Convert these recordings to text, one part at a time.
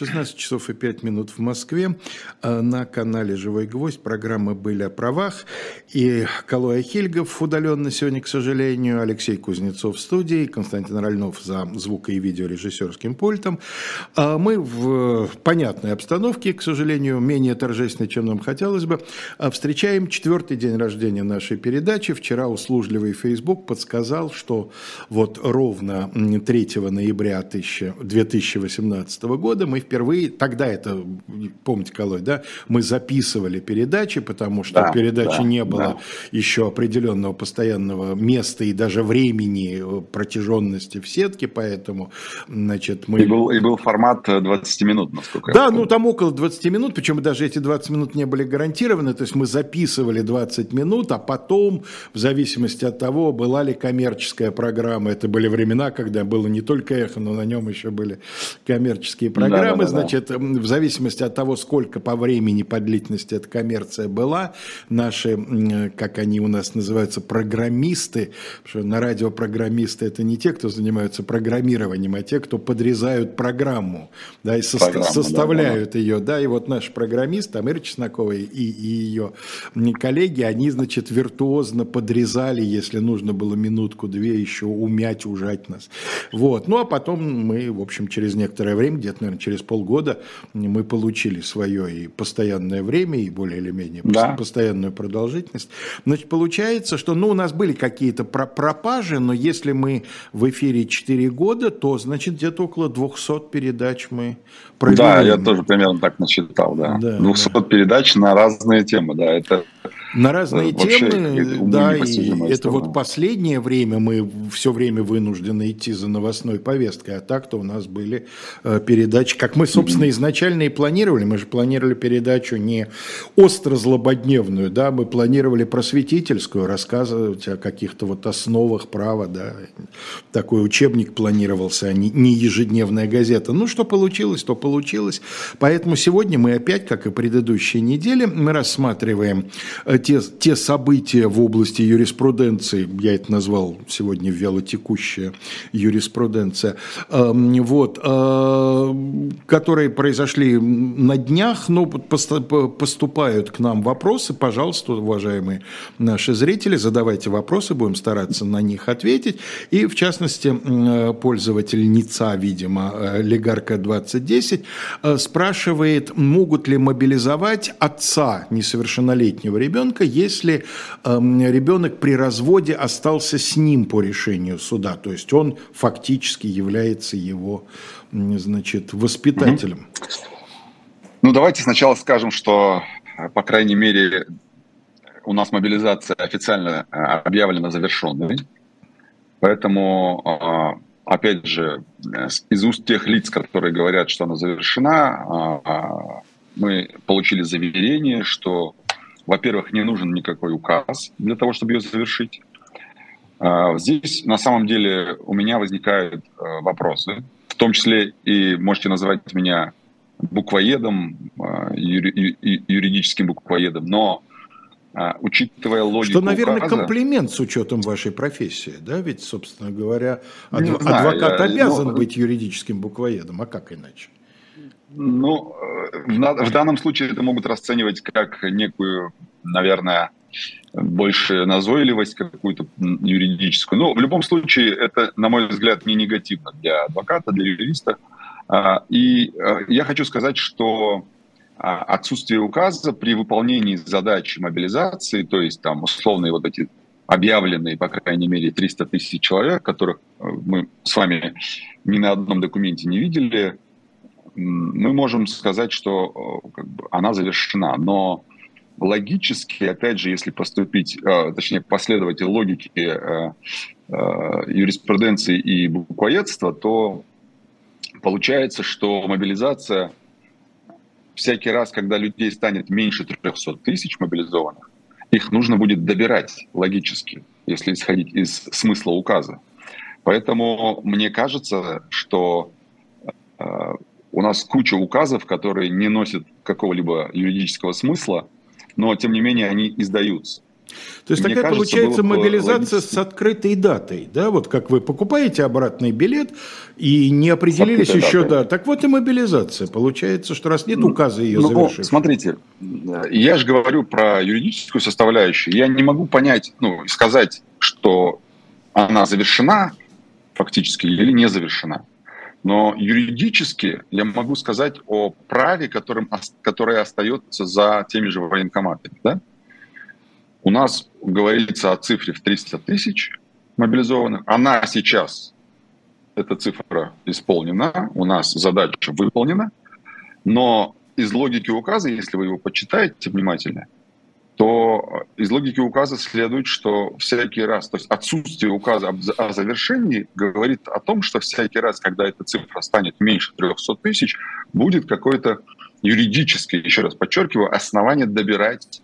16 часов и 5 минут в Москве. На канале «Живой гвоздь» программы были о правах. И Калой Ахильгов удаленно сегодня, к сожалению, Алексей Кузнецов в студии, Константин Ральнов за звуко- и видеорежиссерским пультом. Мы в понятной обстановке, к сожалению, менее торжественной, чем нам хотелось бы, встречаем 4-й день рождения нашей передачи. Вчера услужливый Facebook подсказал, что вот ровно 3 ноября 2018 года мы впервые, тогда это, помните, Калой, да, мы записывали передачи, потому что передачи не было еще определенного постоянного места и даже времени, протяженности в сетке, поэтому, значит, мы... И был формат 20 минут, насколько я помню. помню. Ну там около 20 минут, причем даже эти 20 минут не были гарантированы, то есть мы записывали 20 минут, а потом, в зависимости от того, была ли коммерческая программа, это были времена, когда было не только эхо, но на нем еще были коммерческие программы, значит, в зависимости от того, сколько по времени, по длительности эта коммерция была, наши, как они у нас называются, программисты, потому что на радио программисты это не те, кто занимаются программированием, а те, кто подрезают программу, да, и составляют ее, да, и вот наш программист, Амир Чеснокова и ее коллеги, они, значит, виртуозно подрезали, если нужно было минутку-две еще умять, ужать нас. Вот. Ну, а потом мы, в общем, через некоторое время, где-то, наверное, через полгода, мы получили свое и постоянное время, и более или менее постоянную продолжительность. Значит, получается, что, ну, у нас были какие-то пропажи, но если мы в эфире 4 года, то, значит, где-то около 200 передач мы провели. Да, я тоже примерно так насчитал, да. 200 передач на разные темы, да, это... На разные темы, да, и это вот последнее время мы все время вынуждены идти за новостной повесткой, а так-то у нас были передачи, как мы, собственно, изначально и планировали. Мы же планировали передачу не остро-злободневную, да, мы планировали просветительскую, рассказывать о каких-то вот основах права, да, такой учебник планировался, а не ежедневная газета. Ну, что получилось, то получилось. Поэтому сегодня мы опять, как и предыдущие недели, мы рассматриваем те события в области юриспруденции, я это назвал сегодня вялотекущая юриспруденция, вот, которые произошли на днях, но поступают к нам вопросы, пожалуйста, уважаемые наши зрители, задавайте вопросы, будем стараться на них ответить, и в частности пользовательница, видимо, Легарка 2010 спрашивает, могут ли мобилизовать отца несовершеннолетнего ребенка, если ребенок при разводе остался с ним по решению суда, то есть он фактически является его, значит, воспитателем. Ну, давайте сначала скажем, что, по крайней мере, у нас мобилизация официально объявлена завершенной, поэтому, опять же, из уст тех лиц, которые говорят, что она завершена, мы получили заверение, что, во-первых, не нужен никакой указ для того, чтобы ее завершить. Здесь, на самом деле, у меня возникают вопросы, в том числе и можете назвать меня буквоедом, юридическим буквоедом, но учитывая логику что, наверное, указа, комплимент с учетом вашей профессии, да? Ведь, собственно говоря, адвокат обязан быть юридическим буквоедом, а как иначе? Ну, в данном случае это могут расценивать как некую, наверное, больше назойливость какую-то юридическую. Но в любом случае это, на мой взгляд, не негативно для адвоката, для юриста. И я хочу сказать, что отсутствие указа при выполнении задачи мобилизации, то есть там условные вот эти объявленные, по крайней мере, 300 тысяч человек, которых мы с вами ни на одном документе не видели, мы можем сказать, что как бы, она завершена. Но логически, опять же, если поступить, точнее, последовать логике юриспруденции и буквоедства, то получается, что мобилизация всякий раз, когда людей станет меньше 300 тысяч мобилизованных, их нужно будет добирать логически, если исходить из смысла указа. Поэтому мне кажется, что у нас куча указов, которые не носят какого-либо юридического смысла, но тем не менее они издаются. То есть такая получается мобилизация с открытой датой, да, вот как вы покупаете обратный билет и не определились еще, да, так вот и мобилизация. Получается, что раз нет указа ее завершившего. Смотрите, я же говорю про юридическую составляющую, я не могу понять, сказать, что она завершена фактически или не завершена. Но юридически я могу сказать о праве, которое остается за теми же военкоматами, да? У нас говорится о цифре в 300 тысяч мобилизованных. Она сейчас, эта цифра исполнена, у нас задача выполнена. Но из логики указа, если вы его почитаете внимательно, то из логики указа следует, что всякий раз, то есть отсутствие указа о завершении говорит о том, что всякий раз, когда эта цифра станет меньше 300 тысяч, будет какое-то юридическое, еще раз подчеркиваю, основание добирать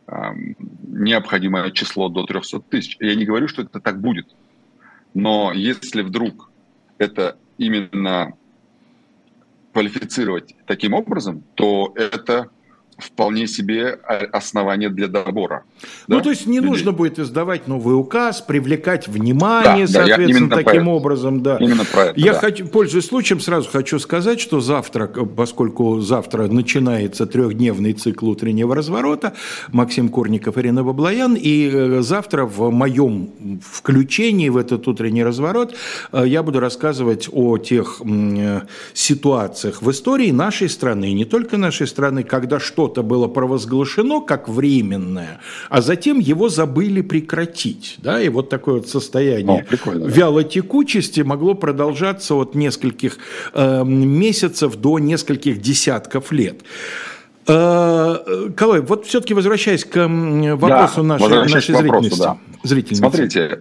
необходимое число до 300 тысяч. Я не говорю, что это так будет. Но если вдруг это именно квалифицировать таким образом, то это вполне себе основание для добора. Ну, да? То есть не нужно будет издавать новый указ, привлекать внимание, соответственно, таким образом. Да. Именно про это, я пользуясь случаем, сразу хочу сказать, что завтра, поскольку завтра начинается 3-дневный цикл утреннего разворота, Максим Курников, Ирина Баблоян, и завтра в моем включении в этот утренний разворот я буду рассказывать о тех ситуациях в истории нашей страны, не только нашей страны, когда что-то было провозглашено как временное, а затем его забыли прекратить. Да? И вот такое вот состояние вялотекучести могло продолжаться от нескольких месяцев до нескольких десятков лет. Калай, вот все-таки возвращаясь к вопросу нашей зрительности. Смотрите,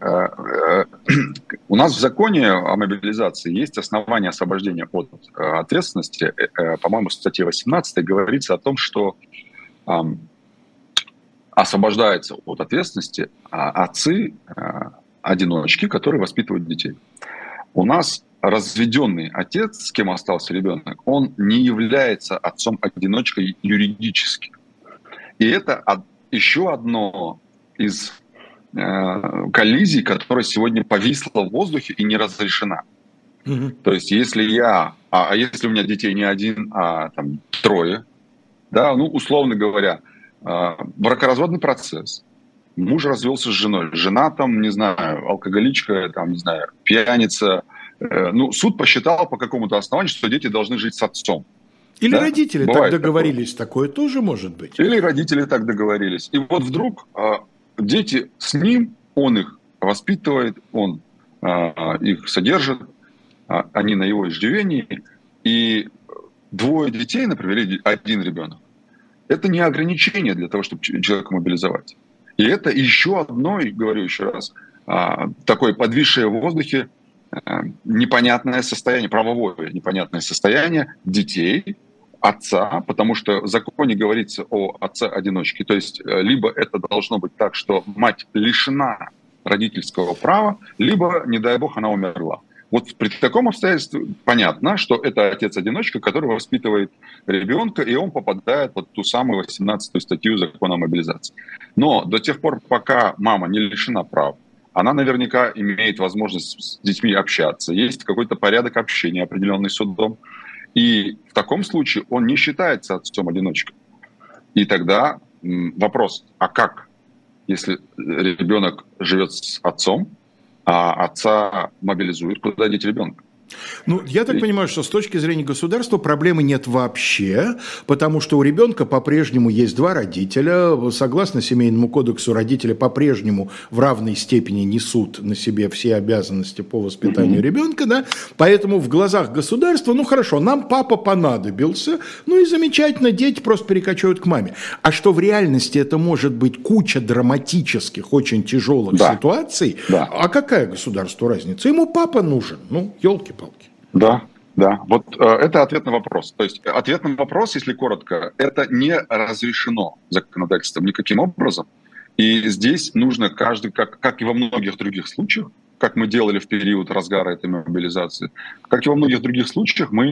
у нас в законе о мобилизации есть основания освобождения от ответственности. По-моему, в статье 18 говорится о том, что освобождаются от ответственности отцы-одиночки, которые воспитывают детей. У нас разведенный отец, с кем остался ребенок, он не является отцом-одиночкой юридически. И это еще одно из коллизий, которая сегодня повисла в воздухе и не разрешена. То есть если если у меня детей не один, а там 3, да, условно говоря, бракоразводный процесс, муж развелся с женой, жена там, не знаю, алкоголичка, там, не знаю, пьяница, суд посчитал по какому-то основанию, что дети должны жить с отцом. Или родители так договорились, такое тоже может быть. Или родители так договорились. И вот вдруг дети с ним, он их воспитывает, он их содержит, они на его иждивении, и 2 детей, например, или 1 ребенок, это не ограничение для того, чтобы человека мобилизовать. И это еще одно, говорю еще раз, такое подвисшее в воздухе непонятное состояние, правовое непонятное состояние детей, отца, потому что в законе говорится о отце-одиночке. То есть либо это должно быть так, что мать лишена родительского права, либо, не дай бог, она умерла. Вот при таком обстоятельстве понятно, что это отец-одиночка, который воспитывает ребенка, и он попадает под ту самую 18-ю статью закона о мобилизации. Но до тех пор, пока мама не лишена прав, она наверняка имеет возможность с детьми общаться, есть какой-то порядок общения, определенный судом. И в таком случае он не считается отцом-одиночкой. И тогда вопрос, а как, если ребенок живет с отцом, а отца мобилизуют, куда деть ребенка? Я так понимаю, что с точки зрения государства проблемы нет вообще, потому что у ребенка по-прежнему есть 2 родителя. Согласно Семейному кодексу, родители по-прежнему в равной степени несут на себе все обязанности по воспитанию ребенка, да? Поэтому в глазах государства, хорошо, нам папа понадобился, и замечательно, дети просто перекочуют к маме. А что в реальности это может быть куча драматических, очень тяжелых ситуаций, а какая государству разница? Ему папа нужен, елки-палки. Да. Вот это ответ на вопрос. То есть ответ на вопрос, если коротко, это не разрешено законодательством никаким образом. И здесь нужно каждый, как и во многих других случаях, как мы делали в период разгара этой мобилизации, как и во многих других случаях, мы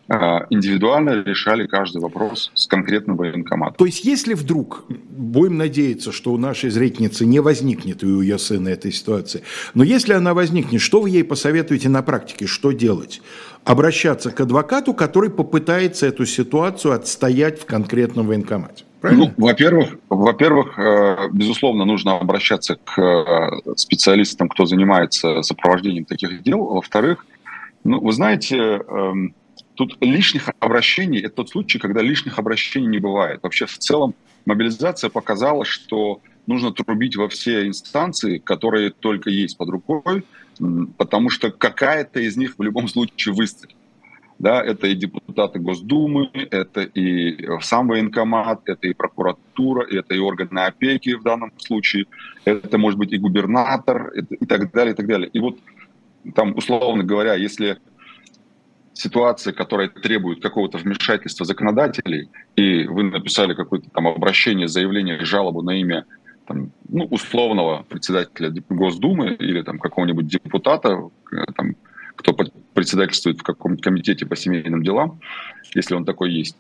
индивидуально решали каждый вопрос с конкретным военкоматом. То есть, если вдруг, будем надеяться, что у нашей зрительницы не возникнет и у ее сына этой ситуации, но если она возникнет, что вы ей посоветуете на практике, что делать? Обращаться к адвокату, который попытается эту ситуацию отстоять в конкретном военкомате. Ну, во-первых, безусловно, нужно обращаться к специалистам, кто занимается сопровождением таких дел. Во-вторых, ну, вы знаете, тут лишних обращений – это тот случай, когда лишних обращений не бывает. Вообще, в целом, мобилизация показала, что нужно трубить во все инстанции, которые только есть под рукой, потому что какая-то из них в любом случае выстрелит. Да, это и депутаты Госдумы, это и сам военкомат, это и прокуратура, это и органы опеки в данном случае, это может быть и губернатор, и так далее, и так далее. И вот там, условно говоря, если ситуация, которая требует какого-то вмешательства законодателей, и вы написали какое-то там обращение, заявление, жалобу на имя там, ну, условного председателя Госдумы или там какого-нибудь депутата, там, кто председательствует в каком-то комитете по семейным делам, если он такой есть,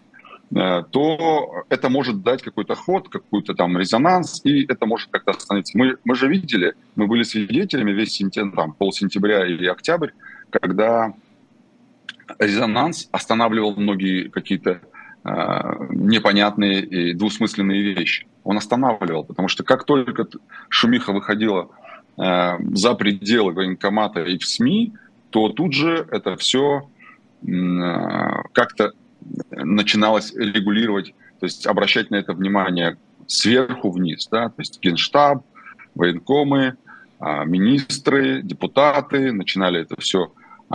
то это может дать какой-то ход, какой-то там резонанс, и это может как-то остановиться. Мы же видели, мы были свидетелями весь сентябрь, там, полсентября или октябрь, когда резонанс останавливал многие какие-то непонятные и двусмысленные вещи. Он останавливал, потому что как только шумиха выходила за пределы военкомата и в СМИ, то тут же это все как-то начиналось регулировать, то есть обращать на это внимание сверху вниз, да, то есть Генштаб, военкомы, министры, депутаты начинали это все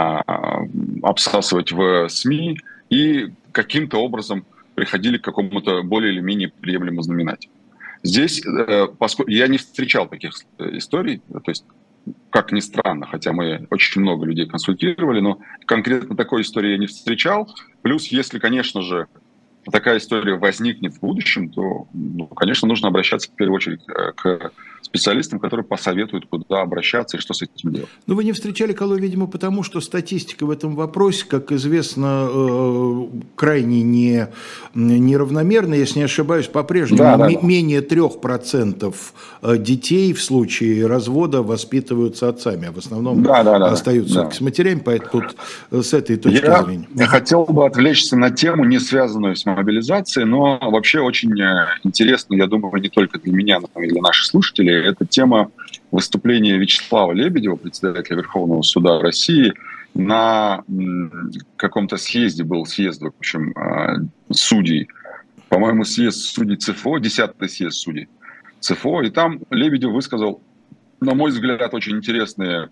обсасывать в СМИ и каким-то образом приходили к какому-то более или менее приемлемому знаменателю. Здесь, поскольку я не встречал таких историй, то есть, как ни странно, хотя мы очень много людей консультировали, но конкретно такой истории я не встречал. Плюс, если, конечно же, такая история возникнет в будущем, то, ну, конечно, нужно обращаться в первую очередь к специалистам, которые посоветуют, куда обращаться и что с этим делать. Но вы не встречали Каллу, видимо, потому что статистика в этом вопросе, как известно, крайне неравномерна. Если не ошибаюсь, по-прежнему менее 3% детей в случае развода воспитываются отцами, а в основном остаются с матерями. Поэтому тут с этой точки зрения. Я хотел бы отвлечься на тему, не связанную с мобилизацией, но вообще очень интересно, я думаю, не только для меня, но и для наших слушателей, это тема выступления Вячеслава Лебедева, председателя Верховного суда России, на каком-то съезде, был съезд, в общем, судей, по-моему, съезд судей ЦФО, 10-й съезд судей ЦФО, и там Лебедев высказал, на мой взгляд, очень интересные,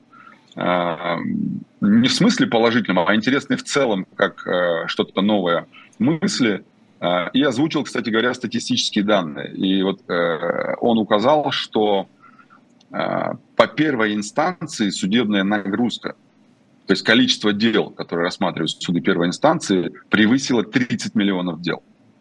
не в смысле положительном, а интересные в целом, как что-то новое мысли, и озвучил, кстати говоря, статистические данные. И вот он указал, что по первой инстанции судебная нагрузка, то есть количество дел, которые рассматривают суды первой инстанции, превысило 30 миллионов дел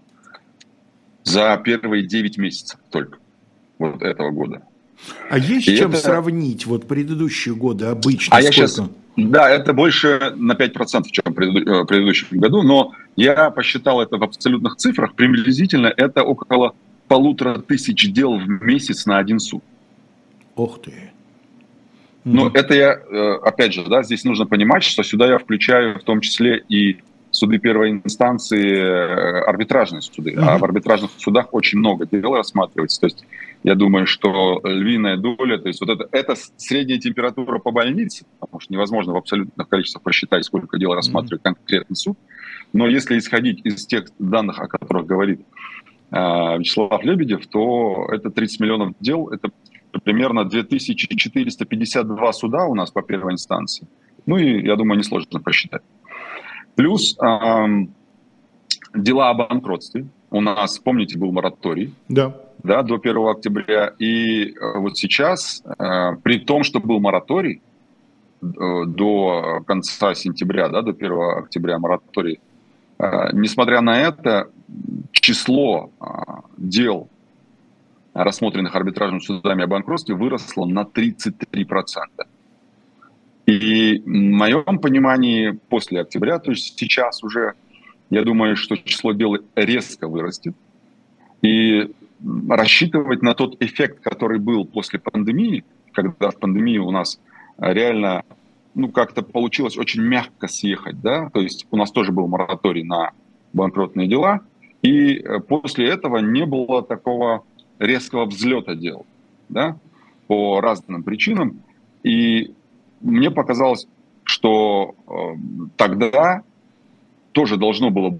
за первые 9 месяцев только вот этого года. А есть с чем сравнить вот предыдущие годы обычно? Да, это больше на 5%, чем в предыдущем году, но я посчитал это в абсолютных цифрах, приблизительно это около 1500 дел в месяц на один суд. Ох ты. Но это я, опять же, да, здесь нужно понимать, что сюда я включаю в том числе и суды первой инстанции, арбитражные суды. А в арбитражных судах очень много дел рассматривается. То есть я думаю, что львиная доля, то есть вот это средняя температура по больнице, потому что невозможно в абсолютных количествах просчитать, сколько дел рассматривает конкретный суд. Но если исходить из тех данных, о которых говорит Вячеслав Лебедев, то это 30 миллионов дел, это примерно 2452 суда у нас по первой инстанции. Ну и, я думаю, несложно просчитать. Плюс дела о банкротстве. У нас, помните, был мораторий до 1 октября. И вот сейчас, при том, что был мораторий до конца сентября, до 1 октября мораторий, несмотря на это, число дел, рассмотренных арбитражными судами о банкротстве, выросло на 33%. И в моем понимании после октября, то есть сейчас уже я думаю, что число дел резко вырастет. И рассчитывать на тот эффект, который был после пандемии, когда в пандемии у нас реально, как-то получилось очень мягко съехать, да, то есть у нас тоже был мораторий на банкротные дела, и после этого не было такого резкого взлета дел, да, по разным причинам, и мне показалось, что тогда тоже должен был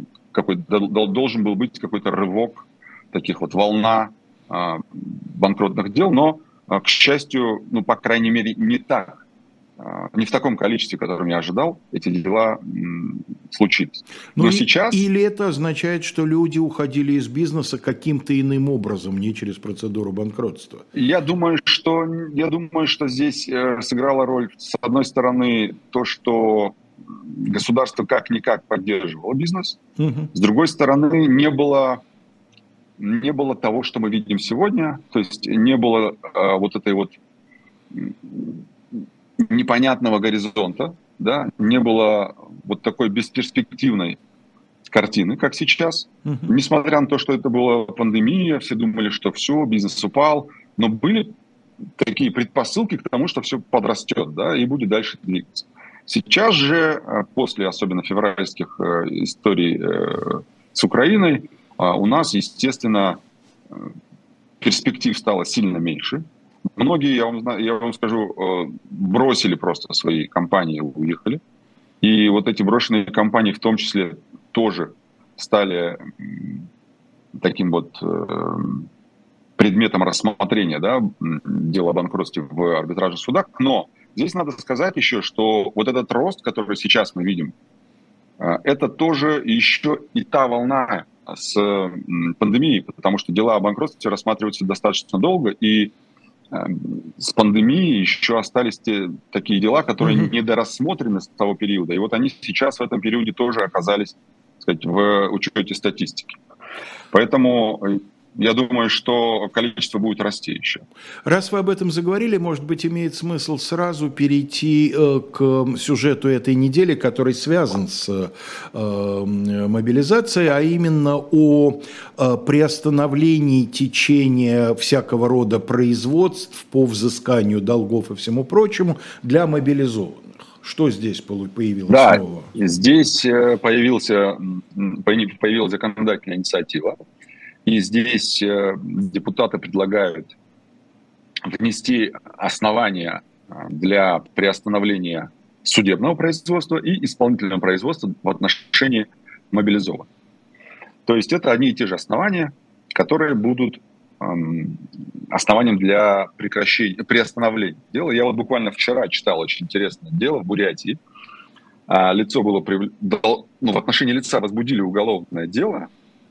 быть какой-то рывок, таких вот волна банкротных дел, но, к счастью, по крайней мере, не в таком количестве, которым я ожидал, эти дела случились. Но сейчас... Или это означает, что люди уходили из бизнеса каким-то иным образом, не через процедуру банкротства? Я думаю, что здесь сыграла роль, с одной стороны, то, что государство как-никак поддерживало бизнес, с другой стороны, не было того, что мы видим сегодня, то есть не было вот этой вот непонятного горизонта, да, не было вот такой бесперспективной картины, как сейчас. Несмотря на то, что это была пандемия, все думали, что все, бизнес упал, но были такие предпосылки к тому, что все подрастет, да, и будет дальше двигаться. Сейчас же, после особенно февральских историй с Украиной, у нас, естественно, перспектив стало сильно меньше. Многие, я вам скажу, бросили просто свои компании, уехали. И вот эти брошенные компании в том числе тоже стали таким вот предметом рассмотрения, да, дела о банкротстве в арбитражных судах. Но здесь надо сказать еще, что вот этот рост, который сейчас мы видим, это тоже еще и та волна с пандемией, потому что дела о банкротстве рассматриваются достаточно долго, и с пандемией еще остались такие дела, которые недорассмотрены с того периода. И вот они сейчас в этом периоде тоже оказались, так сказать, в учете статистики. Поэтому я думаю, что количество будет расти еще. Раз вы об этом заговорили, может быть, имеет смысл сразу перейти к сюжету этой недели, который связан с мобилизацией, а именно о приостановлении течения всякого рода производств по взысканию долгов и всему прочему для мобилизованных. Что здесь появилось нового? Да, здесь появилась законодательная инициатива. И здесь депутаты предлагают внести основания для приостановления судебного производства и исполнительного производства в отношении мобилизованных. То есть это одни и те же основания, которые будут основанием для приостановления дела. Я вот буквально вчера читал очень интересное дело в Бурятии. Лицо было в отношении лица возбудили уголовное дело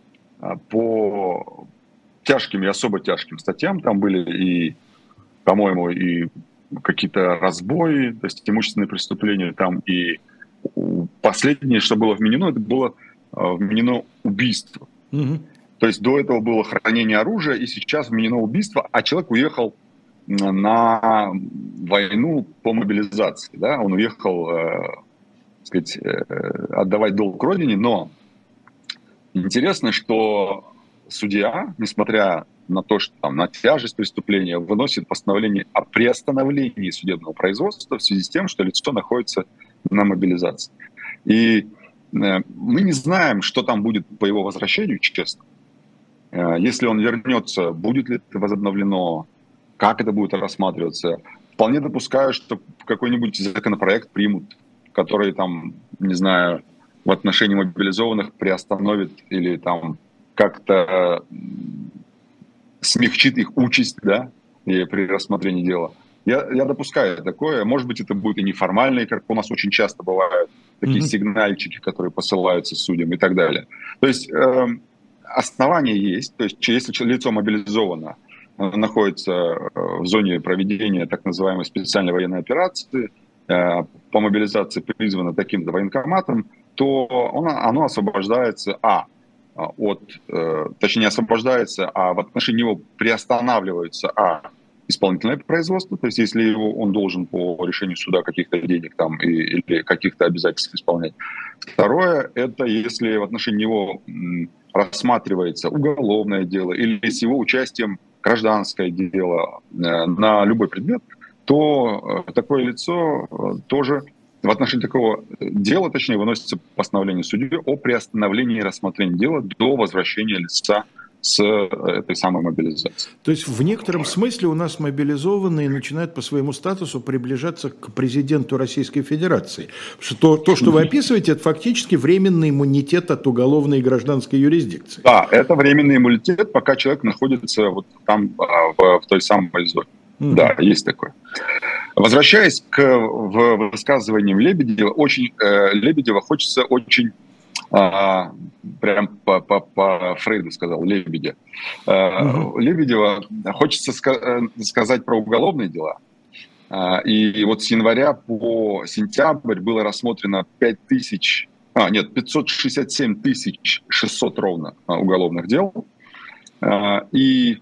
по тяжким и особо тяжким статьям. Там были и, по-моему, и какие-то разбои, то есть имущественные преступления. Там и последнее, что было вменено, это было вменено убийство. То есть до этого было хранение оружия, и сейчас вменено убийство, а человек уехал на войну по мобилизации. Да? Он уехал, так сказать, отдавать долг родине, но интересно, что судья, несмотря на то, что там на тяжесть преступления, выносит постановление о приостановлении судебного производства в связи с тем, что лицо находится на мобилизации. И мы не знаем, что там будет по его возвращению, честно. Если он вернется, будет ли это возобновлено, как это будет рассматриваться. Вполне допускаю, что какой-нибудь законопроект примут, который там, не знаю, в отношении мобилизованных приостановит или там как-то смягчит их участь, да, и при рассмотрении дела. Я допускаю такое. Может быть, это будет и неформальные, как у нас очень часто бывают, такие сигнальчики, которые посылаются судьям и так далее. То есть основания есть. То есть если лицо мобилизовано, находится в зоне проведения так называемой специальной военной операции, по мобилизации призвано таким-то военкоматом, то оно освобождается, точнее не освобождается, а в отношении него приостанавливаются, исполнительное производство, то есть если он должен по решению суда каких-то денег там или каких-то обязательств исполнять. Второе, это если в отношении него рассматривается уголовное дело или с его участием гражданское дело на любой предмет, то такое лицо тоже в отношении такого дела, точнее, выносится постановление судьи о приостановлении рассмотрения дела до возвращения лица с этой самой мобилизацией. То есть в некотором смысле у нас мобилизованные начинают по своему статусу приближаться к президенту Российской Федерации. Что то, что вы описываете, это фактически временный иммунитет от уголовной и гражданской юрисдикции. Да, это временный иммунитет, пока человек находится вот там в той самой зоне. Да, есть такое. Возвращаясь к высказываниям Лебедева, Лебедева хочется очень, прям по Фрейду сказал, Лебедева хочется сказать про уголовные дела. И вот с января по сентябрь было рассмотрено 567 600 ровно уголовных дел. И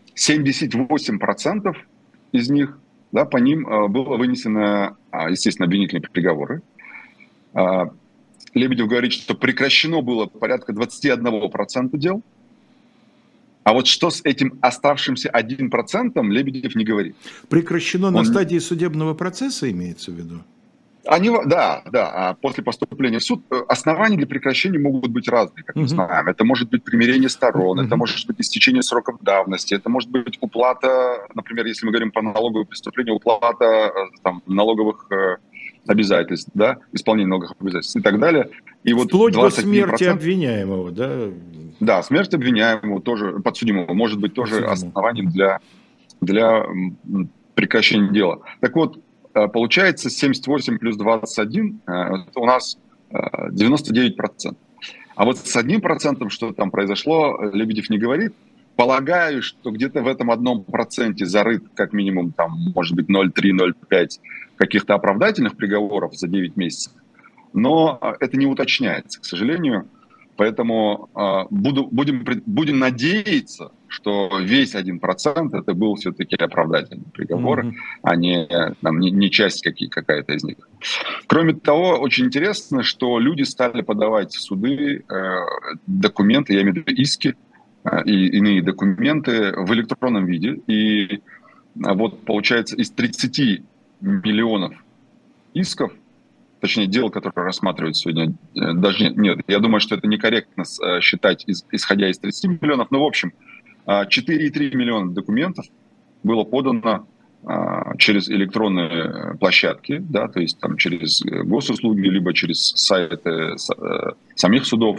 78% из них, да, по ним было вынесено, естественно, обвинительные приговоры. Лебедев говорит, что прекращено было порядка 21% дел. А вот что с этим оставшимся 1%, Лебедев не говорит. Прекращено на стадии судебного процесса, имеется в виду? Да. А после поступления в суд основания для прекращения могут быть разные, как мы знаем. Это может быть примирение сторон, это может быть истечение сроков давности, это может быть уплата, например, если мы говорим по налоговым преступлениям, уплата там, налоговых обязательств, да, исполнение налоговых обязательств и так далее. И вот вплоть до смерти обвиняемого, да? Да, смерть обвиняемого, тоже подсудимого, может быть тоже основанием для прекращения дела. Так вот, получается 78 плюс 21, у нас 99%. А вот с 1%, что там произошло, Лебедев не говорит. Полагаю, что где-то в этом 1% зарыт как минимум, там, может быть, 0,3-0,5 каких-то оправдательных приговоров за 9 месяцев. Но это не уточняется, к сожалению. Поэтому будем надеяться, что весь 1% это был все-таки оправдательный приговор, а не часть какая-то из них. Кроме того, очень интересно, что люди стали подавать в суды документы, я имею в виду иски и иные документы в электронном виде. И вот получается из 30 миллионов исков, точнее, дел, которые рассматривают сегодня, даже нет, я думаю, что это некорректно считать, исходя из 30 миллионов, но, в общем, 4,3 миллиона документов было подано через электронные площадки, да, то есть там через госуслуги, либо через сайты самих судов.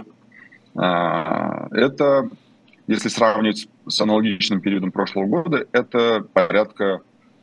Это, если сравнивать с аналогичным периодом прошлого года, это порядка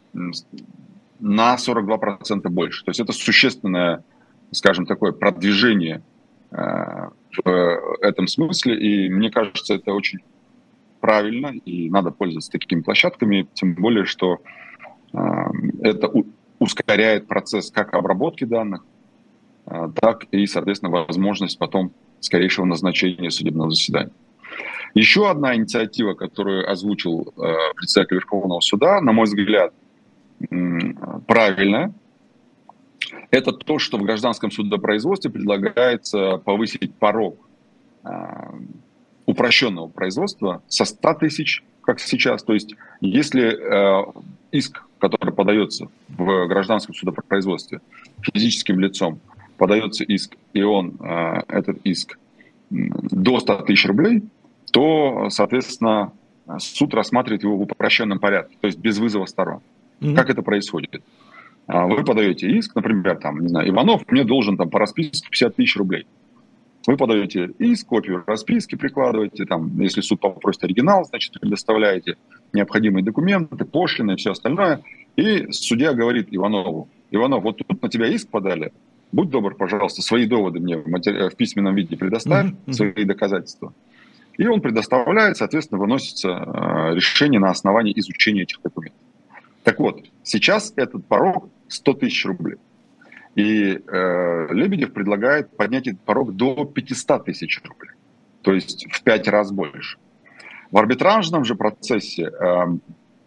на 42% больше. То есть это существенное, скажем, такое продвижение в этом смысле. И мне кажется, это очень правильно, и надо пользоваться такими площадками, тем более, что это ускоряет процесс как обработки данных, так и, соответственно, возможность потом скорейшего назначения судебного заседания. Еще одна инициатива, которую озвучил председатель Верховного суда, на мой взгляд, правильно, это то, что в гражданском судопроизводстве предлагается повысить порог упрощенного производства со 100 тысяч, как сейчас. То есть если иск, который подается в гражданском судопроизводстве физическим лицом, подается иск, и этот иск до 100 тысяч рублей, то, соответственно, суд рассматривает его в упрощенном порядке, то есть без вызова сторон. Как это происходит? Вы подаете иск, например, там, не знаю, Иванов мне должен там по расписке 50 тысяч рублей. Вы подаете иск, копию расписки прикладываете, там, если суд попросит оригинал, значит, предоставляете необходимые документы, пошлины и все остальное. И судья говорит Иванову: Иванов, вот тут на тебя иск подали, будь добр, пожалуйста, свои доводы мне в письменном виде предоставь, свои доказательства. И он предоставляет, соответственно, выносится решение на основании изучения этих документов. Так вот, сейчас этот порог 100 тысяч рублей. И Лебедев предлагает поднять этот порог до 500 тысяч рублей, то есть в 5 раз больше. В арбитражном же процессе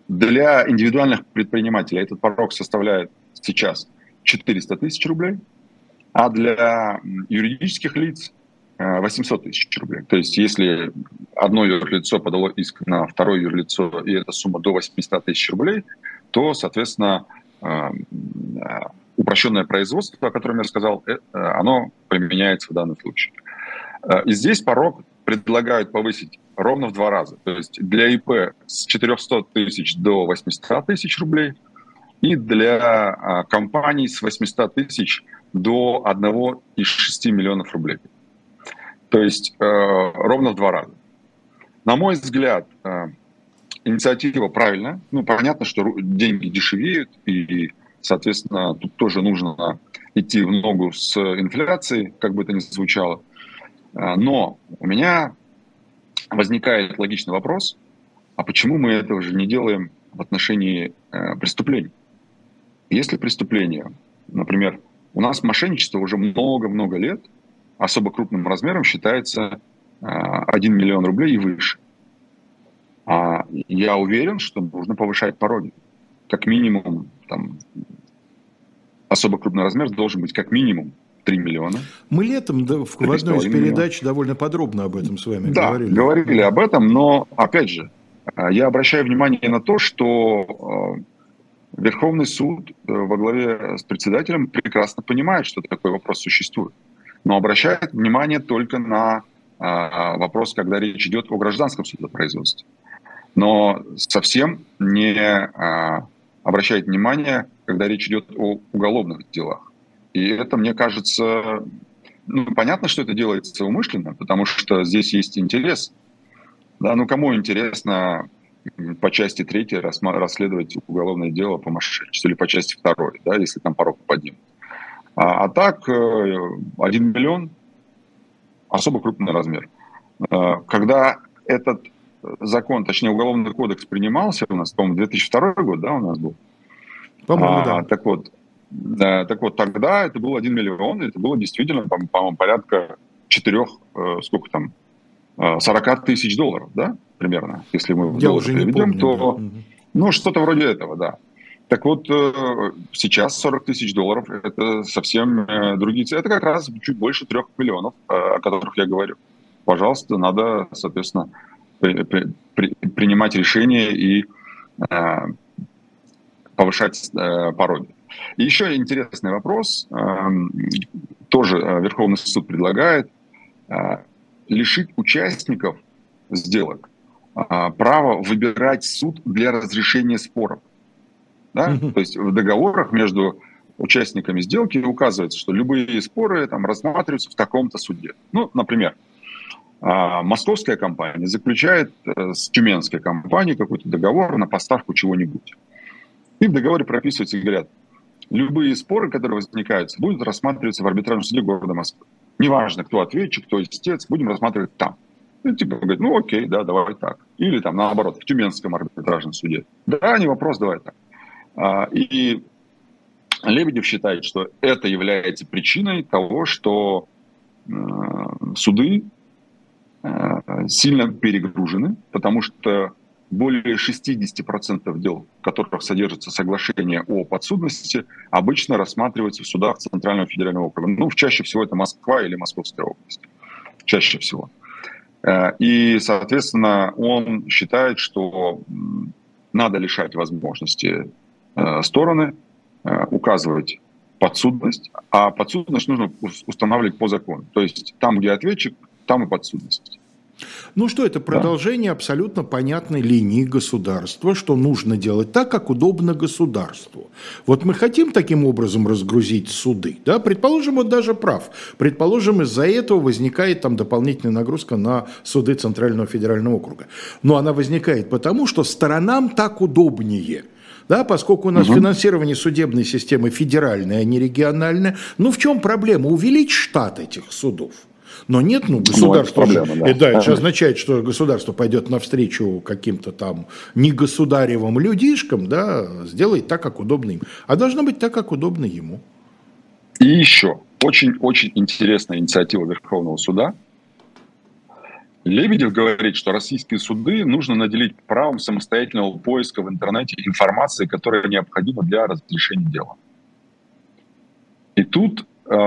для индивидуальных предпринимателей этот порог составляет сейчас 400 тысяч рублей, а для юридических лиц 800 тысяч рублей. То есть если одно юрлицо подало иск на второе юрлицо, и эта сумма до 800 тысяч рублей, то, соответственно, упрощенное производство, о котором я сказал, оно применяется в данном случае. И здесь порог предлагают повысить ровно в 2 раза. То есть для ИП с 400 тысяч до 800 тысяч рублей и для компаний с 800 тысяч до 1,6 миллионов рублей. То есть ровно в 2 раза. На мой взгляд, инициатива правильная. Ну, понятно, что деньги дешевеют, и, соответственно, тут тоже нужно идти в ногу с инфляцией, как бы это ни звучало. Но у меня возникает логичный вопрос, а почему мы этого же не делаем в отношении преступлений? Если преступление, например, у нас мошенничество уже много-много лет, особо крупным размером считается 1 миллион рублей и выше. Я уверен, что нужно повышать пороги. Как минимум, там, особо крупный размер должен быть как минимум 3 миллиона. Мы летом в одной из передач довольно подробно об этом с вами говорили. Да, говорили об этом, но, опять же, я обращаю внимание на то, что Верховный суд во главе с председателем прекрасно понимает, что такой вопрос существует, но обращает внимание только на вопрос, когда речь идет о гражданском судопроизводстве. Но совсем не обращает внимание, когда речь идет о уголовных делах. И это, мне кажется, понятно, что это делается умышленно, потому что здесь есть интерес. Да, кому интересно по части 3 расследовать уголовное дело по мошенничеству или по части 2, да, если там порог поднимут. А так 1 миллион особо крупный размер. Когда этот закон, точнее уголовный кодекс принимался у нас, по-моему, 2002 год, да, у нас был? По-моему, да. Так вот, тогда это был 1 миллион, и это было действительно, по-моему, порядка 40 тысяч долларов, да, примерно, если мы в доллар переведем, то, да. Что-то вроде этого, да. Так вот, сейчас 40 тысяч долларов – это совсем другие цифры. Это как раз чуть больше 3 миллионов, о которых я говорю. Пожалуйста, надо, соответственно, принимать решения и повышать пороги. И еще интересный вопрос. Тоже Верховный суд предлагает лишить участников сделок права выбирать суд для разрешения споров. Да? То есть в договорах между участниками сделки указывается, что любые споры там рассматриваются в таком-то суде. Например, московская компания заключает с тюменской компанией какой-то договор на поставку чего-нибудь. И в договоре прописывается и говорят, любые споры, которые возникают, будут рассматриваться в арбитражном суде города Москвы. Неважно, кто ответчик, кто истец, будем рассматривать там. И говорит, окей, да, давай так. Или там наоборот, в Тюменском арбитражном суде. Да, не вопрос, давай так. И Лебедев считает, что это является причиной того, что суды сильно перегружены, потому что более 60% дел, в которых содержится соглашение о подсудности, обычно рассматриваются в судах Центрального федерального округа. Чаще всего это Москва или Московская область. Чаще всего. И, соответственно, он считает, что надо лишать возможности стороны указывать подсудность, а подсудность нужно устанавливать по закону. То есть там, где ответчик, там и подсудность. Это продолжение абсолютно понятной линии государства, что нужно делать так, как удобно государству. Вот мы хотим таким образом разгрузить суды, да, предположим, он даже прав, предположим, из-за этого возникает там дополнительная нагрузка на суды Центрального федерального округа. Но она возникает потому, что сторонам так удобнее. Да, поскольку у нас финансирование судебной системы федеральное, а не региональное. В чем проблема? Увеличить штат этих судов. Но нет, государство... это означает, что государство пойдет навстречу каким-то там негосударевым людишкам, да, сделает так, как удобно им. А должно быть так, как удобно ему. И еще очень-очень интересная инициатива Верховного суда. Лебедев говорит, что российские суды нужно наделить правом самостоятельного поиска в интернете информации, которая необходима для разрешения дела. И тут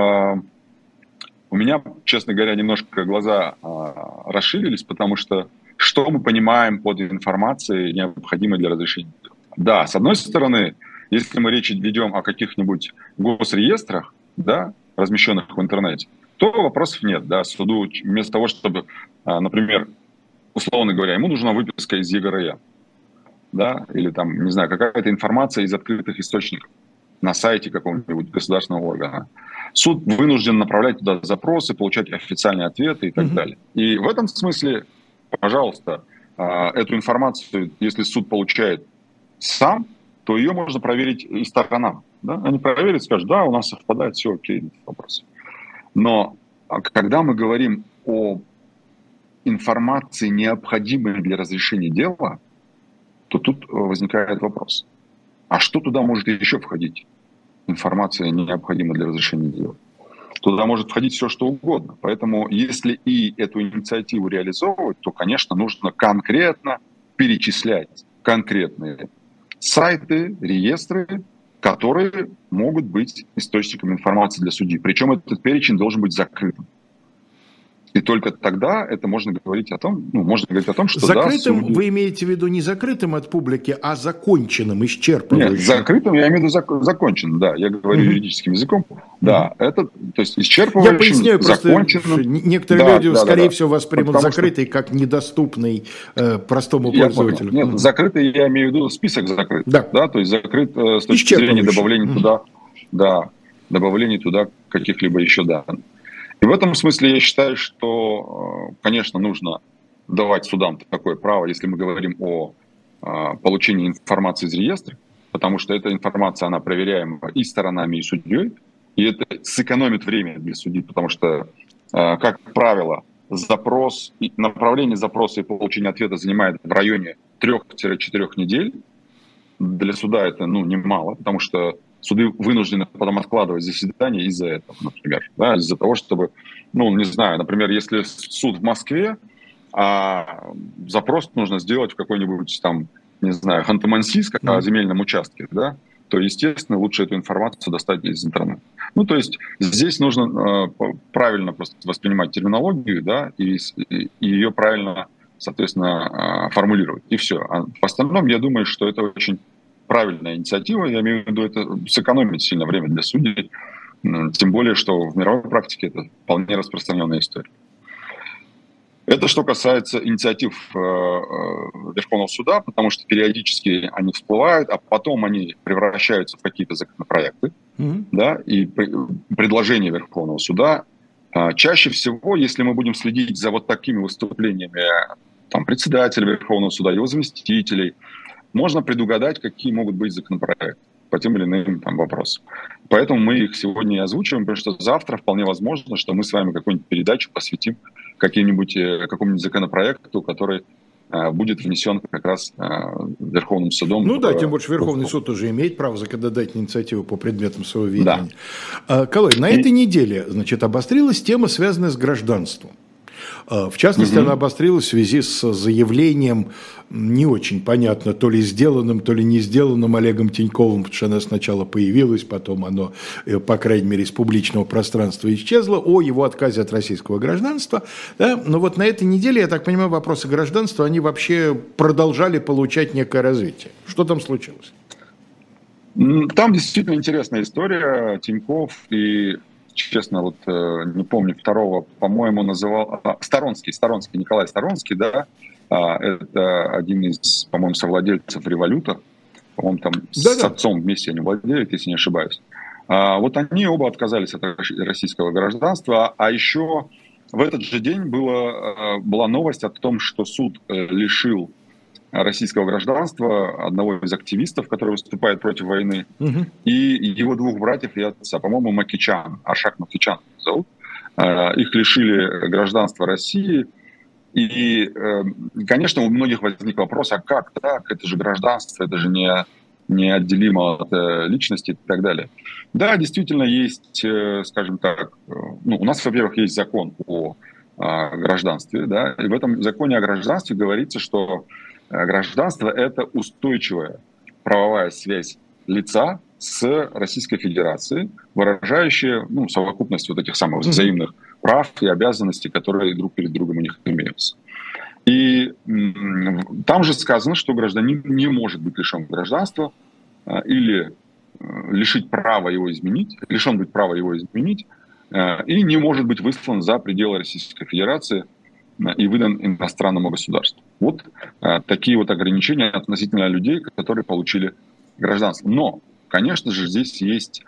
у меня, честно говоря, немножко глаза расширились, потому что мы понимаем под информацией, необходимой для разрешения дела? Да, с одной стороны, если мы речь ведем о каких-нибудь госреестрах, да, размещенных в интернете, то вопросов нет. Да, суду вместо того, чтобы, например, условно говоря, ему нужна выписка из ЕГРЕ, да, или там, не знаю, какая-то информация из открытых источников на сайте какого-нибудь государственного органа. Суд вынужден направлять туда запросы, получать официальные ответы и так далее. И в этом смысле, пожалуйста, эту информацию, если суд получает сам, то ее можно проверить и сторонам. Да? Они проверят, скажут, да, у нас совпадает, все окей, нет вопросов. Но когда мы говорим о информации, необходимой для разрешения дела, то тут возникает вопрос. А что туда может еще входить? Информация необходима для разрешения дела. Туда может входить все, что угодно. Поэтому если и эту инициативу реализовывать, то, конечно, нужно конкретно перечислять конкретные сайты, реестры, которые могут быть источником информации для судьи. Причем этот перечень должен быть закрытым. И только тогда это можно говорить о том, что закрытым, да, вы имеете в виду не закрытым от публики, а законченным, исчерпывающим? Нет, закрытым я имею в виду законченным, да, я говорю юридическим языком. Да, это, то есть исчерпывающим, я поясню, законченным. Некоторые люди, скорее всего, воспримут закрытый как недоступный простому пользователю. Нет, закрытый я имею в виду список закрыт. Да, то есть закрыт с точки зрения добавления туда каких-либо еще данных. И в этом смысле я считаю, что, конечно, нужно давать судам такое право, если мы говорим о получении информации из реестра, потому что эта информация, она проверяема и сторонами, и судьей, и это сэкономит время для судьи, потому что, как правило, направление запроса и получение ответа занимает в районе 3-4 недель. Для суда это немало, потому что суды вынуждены потом откладывать заседания из-за этого, например. Да, из-за того, чтобы, не знаю, например, если суд в Москве, а запрос нужно сделать в какой-нибудь там, не знаю, Ханты-Мансийск, о земельном участке, да, то, естественно, лучше эту информацию достать из интернета. То есть здесь нужно правильно просто воспринимать терминологию, да, и ее правильно, соответственно, формулировать. И все. А в остальном, я думаю, что это очень правильная инициатива, я имею в виду, это сэкономит сильно время для судей, тем более, что в мировой практике это вполне распространенная история. Это что касается инициатив Верховного суда, потому что периодически они всплывают, а потом они превращаются в какие-то законопроекты, да, и предложения Верховного суда. Чаще всего, если мы будем следить за вот такими выступлениями там, председателя Верховного суда, его заместителей, можно предугадать, какие могут быть законопроекты по тем или иным там вопросам. Поэтому мы их сегодня и озвучиваем, потому что завтра вполне возможно, что мы с вами какую-нибудь передачу посвятим какому-нибудь законопроекту, который будет внесен как раз Верховным судом. Тем больше Верховный суд уже имеет право законодательной инициативы по предметам своего видения. Да. Калой, на этой неделе, обострилась тема, связанная с гражданством. В частности, она обострилась в связи с заявлением, не очень понятно, то ли сделанным, то ли не сделанным Олегом Тиньковым, потому что оно сначала появилось, потом оно, по крайней мере, из публичного пространства исчезло, о его отказе от российского гражданства. Да? Но вот на этой неделе, я так понимаю, вопросы гражданства, они вообще продолжали получать некое развитие. Что там случилось? Там действительно интересная история. Тиньков и... Честно, не помню второго, по-моему, называл... Сторонский, Николай Сторонский, да, это один из, по-моему, совладельцев «Революта», по-моему, там с отцом вместе они владеют, если не ошибаюсь. Вот они оба отказались от российского гражданства, а еще в этот же день была новость о том, что суд лишил российского гражданства одного из активистов, который выступает против войны, и его двух братьев и отца, по-моему, Аршак Макичан зовут. Их лишили гражданства России. И, конечно, у многих возник вопрос, а как так? Это же гражданство, это же неотделимо от личности и так далее. Да, действительно есть, скажем так, у нас, во-первых, есть закон о гражданстве, да, и в этом законе о гражданстве говорится, что гражданство – это устойчивая правовая связь лица с Российской Федерацией, выражающая совокупность вот этих самых взаимных прав и обязанностей, которые друг перед другом у них имеются. И там же сказано, что гражданин не может быть лишен гражданства или лишить права его изменить, лишен быть права его изменить, и не может быть выслан за пределы Российской Федерации и выдан иностранному государству. Вот такие вот ограничения относительно людей, которые получили гражданство. Но, конечно же, здесь есть,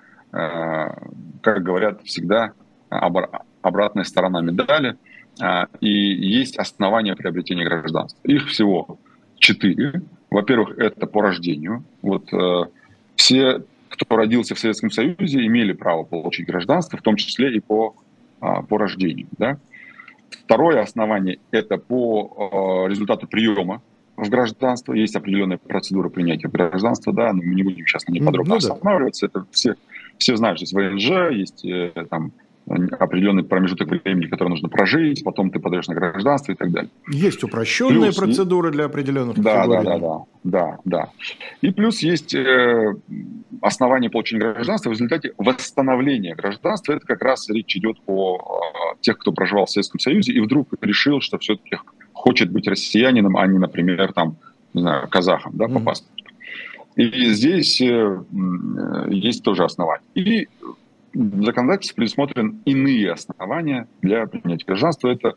как говорят всегда, обратная сторона медали, и есть основания приобретения гражданства. Их всего 4. Во-первых, это по рождению. Вот все, кто родился в Советском Союзе, имели право получить гражданство, в том числе и по рождению. Да? Второе основание – это по результату приема в гражданство. Есть определенная процедура принятия гражданства, да, но мы не будем сейчас на ней подробно останавливаться. Это все знают, что есть ВНЖ, есть там определенный промежуток времени, который нужно прожить, потом ты подаешь на гражданство и так далее. Есть упрощенные процедуры для определенных категорий. Да. И плюс есть основание получения гражданства в результате восстановления гражданства. Это как раз речь идет о тех, кто проживал в Советском Союзе и вдруг решил, что все-таки хочет быть россиянином, а не, например, там, не знаю, казахом, да, по паспорту. И здесь есть тоже основания. И в законодательстве предусмотрены иные основания для принятия гражданства. Это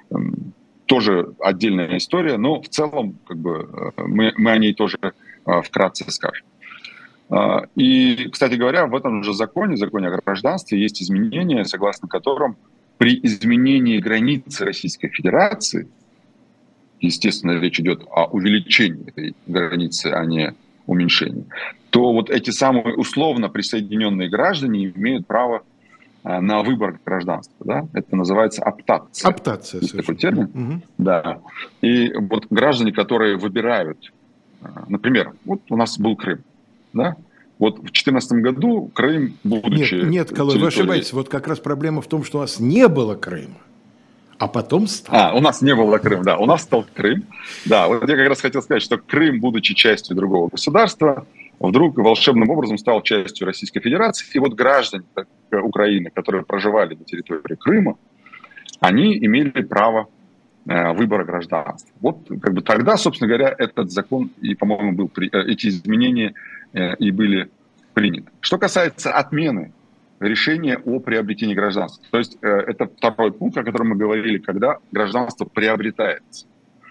тоже отдельная история, но в целом как бы, мы о ней тоже вкратце скажем. И, кстати говоря, в этом же законе о гражданстве, есть изменения, согласно которым при изменении границы Российской Федерации, естественно, речь идет о увеличении этой границы, а не уменьшении, то вот эти самые условно присоединенные граждане имеют право на выбор гражданства. Да? Это называется оптация. Оптация. Есть такой термин. Да. И вот граждане, которые выбирают, например, вот у нас был Крым, да? Вот в 2014 году Крым, будучи... Нет, Колой, вы ошибаетесь. Вот как раз проблема в том, что у нас не было Крыма, а потом стал. У нас не было Крыма, да. У нас стал Крым. Да, вот я как раз хотел сказать, что Крым, будучи частью другого государства, вдруг волшебным образом стал частью Российской Федерации. И вот граждане Украины, которые проживали на территории Крыма, они имели право выбора гражданства. Вот как бы тогда, собственно говоря, этот закон и, по-моему, эти изменения и были приняты. Что касается отмены решения о приобретении гражданства, то есть это второй пункт, о котором мы говорили, когда гражданство приобретается.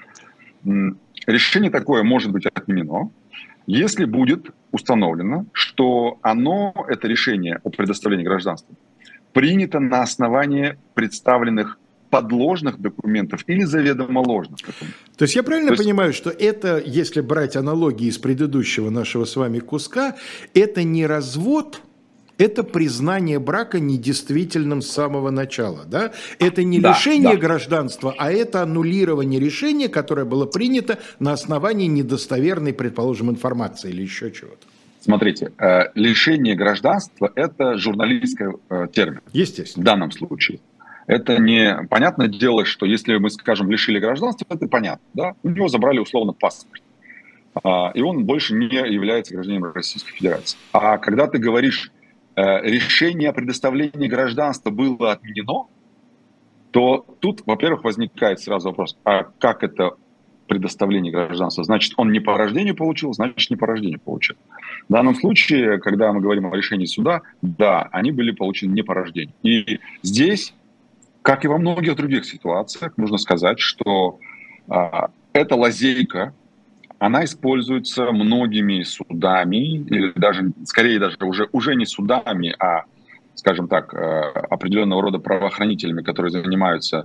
Решение такое может быть отменено, если будет установлено, что это решение о предоставлении гражданства, принято на основании представленных подложных документов или заведомо ложных документов. То есть я правильно понимаю, что это, если брать аналогии из предыдущего нашего с вами куска, это не развод, это признание брака недействительным с самого начала, да? Это не лишение гражданства, а это аннулирование решения, которое было принято на основании недостоверной, предположим, информации или еще чего-то. Смотрите, лишение гражданства – это журналистский термин. Естественно. В данном случае. Это не понятное дело, что если мы, скажем, лишили гражданства, это понятно, да? У него забрали условно паспорт, и он больше не является гражданином Российской Федерации. А когда ты говоришь, решение о предоставлении гражданства было отменено, то тут, во-первых, возникает сразу вопрос, а как это предоставление гражданства? Значит, он не по рождению получил, значит, не по рождению получил. В данном случае, когда мы говорим о решении суда, да, они были получены не по рождению. И здесь, как и во многих других ситуациях, нужно сказать, что эта лазейка, она используется многими судами, или даже, скорее даже уже не судами, а, скажем так, определенного рода правоохранителями, которые занимаются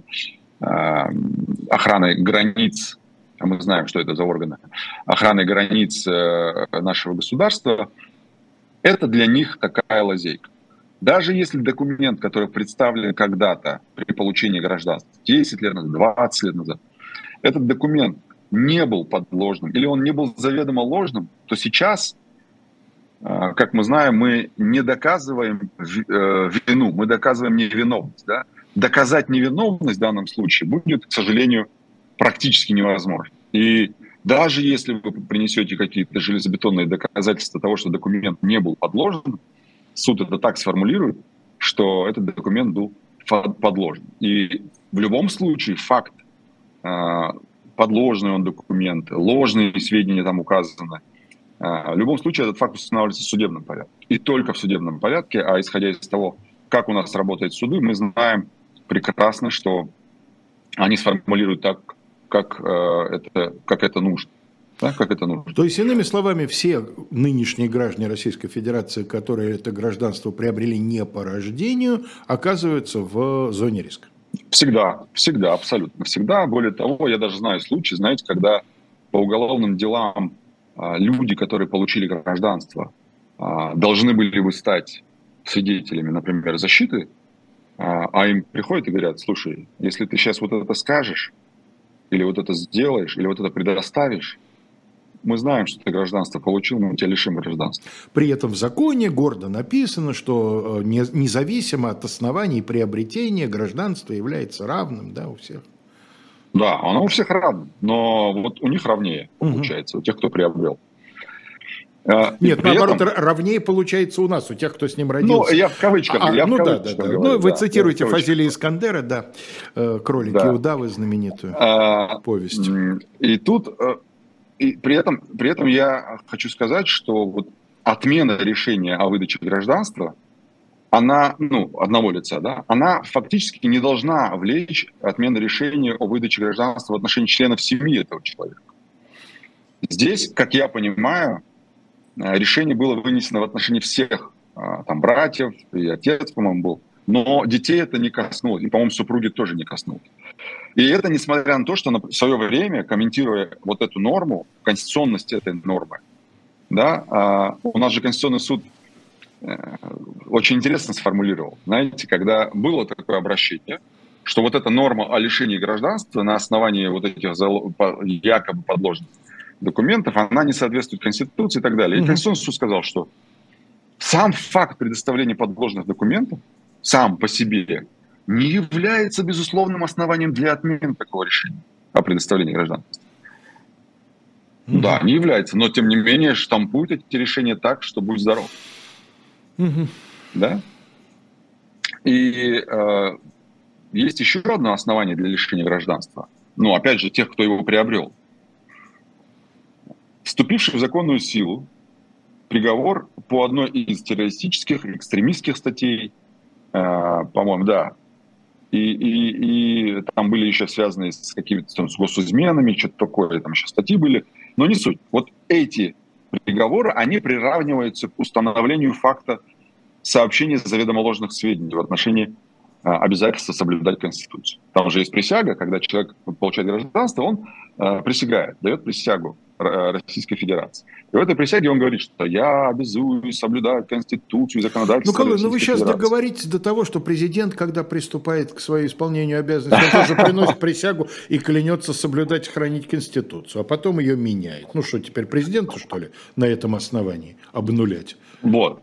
охраной границ, а мы знаем, что это за органы, охраной границ нашего государства. Это для них такая лазейка. Даже если документ, который представлен когда-то при получении гражданства, 10 лет назад, 20 лет назад, этот документ не был подложным или он не был заведомо ложным, то сейчас, как мы знаем, мы не доказываем вину, мы доказываем невиновность. Да? доказать невиновность в данном случае будет, к сожалению, практически невозможно. И даже если вы принесете какие-то железобетонные доказательства того, что документ не был подложен, суд это так сформулирует, что этот документ был подложен. И в любом случае факт, подложный он документ, ложные сведения там указаны, в любом случае этот факт устанавливается в судебном порядке. И только в судебном порядке, а исходя из того, как у нас работают суды, мы знаем прекрасно, что они сформулируют так, как это нужно. Да, как это нужно. То есть, иными словами, все нынешние граждане Российской Федерации, которые это гражданство приобрели не по рождению, оказываются в зоне риска? Всегда, абсолютно всегда. Более того, я даже знаю случаи, знаете, когда по уголовным делам люди, которые получили гражданство, должны были бы стать свидетелями, например, защиты, а им приходят и говорят: слушай, если ты сейчас вот это скажешь, или вот это сделаешь, или вот это предоставишь, мы знаем, что ты гражданство получил, но мы тебя лишим гражданства. При этом в законе гордо написано, что независимо от оснований приобретения гражданство является равным, да, у всех. Да, оно у всех равно, но вот у них равнее получается, у тех, кто приобрел. Нет, наоборот, равнее получается у нас, у тех, кто с ним родился. Ну, я в кавычках. Говорю, ну, вы цитируете Фазилия Искандера, да, «Кролики и удавы», знаменитую повесть. И тут, при этом я хочу сказать, что вот отмена решения о выдаче гражданства, она, одного лица, да, она фактически не должна влечь отмену решения о выдаче гражданства в отношении членов семьи этого человека. Здесь, как я понимаю, решение было вынесено в отношении всех, там, братьев, и отец, по-моему, был. Но детей это не коснулось, и, по-моему, супруги тоже не коснулось. И это несмотря на то, что в свое время, комментируя вот эту норму, конституционность этой нормы, да, у нас же Конституционный суд очень интересно сформулировал. Знаете, когда было такое обращение, что вот эта норма о лишении гражданства на основании вот этих якобы подложных документов, она не соответствует Конституции и так далее. И Конституционный суд сказал, что сам факт предоставления подложных документов сам по себе не является безусловным основанием для отмены такого решения о предоставлении гражданства. Да, не является, но тем не менее штампуют эти решения так, что будь здоров. Да? И есть еще одно основание для лишения гражданства. Ну, опять же, тех, кто его приобрел. Вступивший в законную силу приговор по одной из террористических, экстремистских статей, по-моему, да, и там были еще связаны с какими-то там, с госизменами, что-то такое, там еще статьи были, но не суть. Вот эти приговоры, они приравниваются к установлению факта сообщения заведомо ложных сведений в отношении обязательства соблюдать Конституцию. Там же есть присяга, когда человек получает гражданство, он присягает, дает присягу Российской Федерации. И в этой присяге он говорит, что я обязуюсь соблюдать Конституцию и законодательство Российской Федерации. Ну вы сейчас договоритесь до того, что президент, когда приступает к своему исполнению обязанностей, он тоже приносит присягу и клянется соблюдать и хранить Конституцию, а потом ее меняет. Ну что, теперь президенту, что ли, на этом основании обнулять? Вот.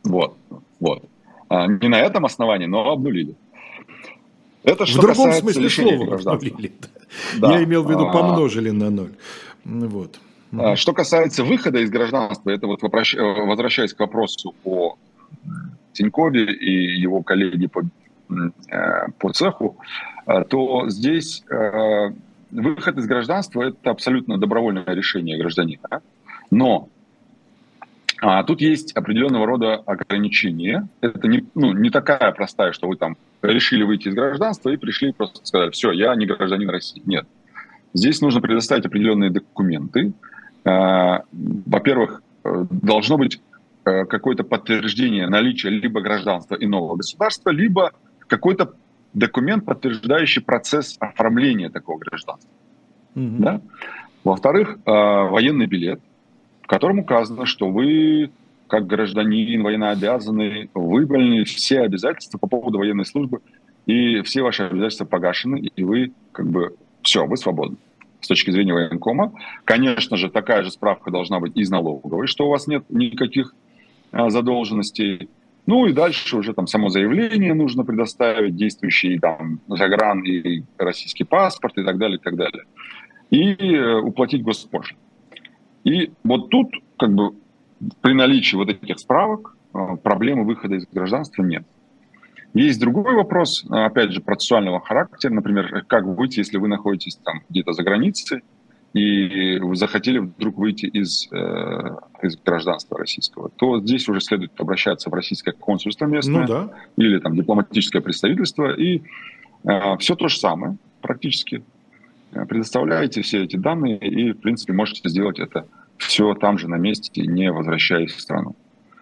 Не на этом основании, но обнулили. Это что в другом касается смысле слова обнулили. Да. Я имел в виду помножили на 0. Вот. Что касается выхода из гражданства, это вот возвращаясь к вопросу о Тинькове и его коллеге по цеху, то здесь выход из гражданства – это абсолютно добровольное решение гражданина. Но тут есть определенного рода ограничения. Это не такая простая, что вы там решили выйти из гражданства и пришли и просто сказали: все, я не гражданин России. Нет. Здесь нужно предоставить определенные документы. Во-первых, должно быть какое-то подтверждение наличия либо гражданства иного государства, либо какой-то документ, подтверждающий процесс оформления такого гражданства. Да? Во-вторых, военный билет, в котором указано, что вы, как гражданин военнообязанный, выполнили все обязательства по поводу военной службы, и все ваши обязательства погашены, и вы все, вы свободны. С точки зрения военкома, конечно же, такая же справка должна быть из налоговой, что у вас нет никаких задолженностей Ну и дальше уже там само заявление нужно предоставить, действующий там загран и российский паспорт и так далее, и так далее. И уплатить госпошлину. И вот тут как бы при наличии вот этих справок проблемы выхода из гражданства нет. Есть другой вопрос, опять же, процессуального характера, например, как выйти, если вы находитесь там где-то за границей, и вы захотели вдруг выйти из гражданства российского, то здесь уже следует обращаться в российское консульство местное, или там дипломатическое представительство, и все то же самое практически. Предоставляете все эти данные, и, в принципе, можете сделать это все там же на месте, не возвращаясь в страну.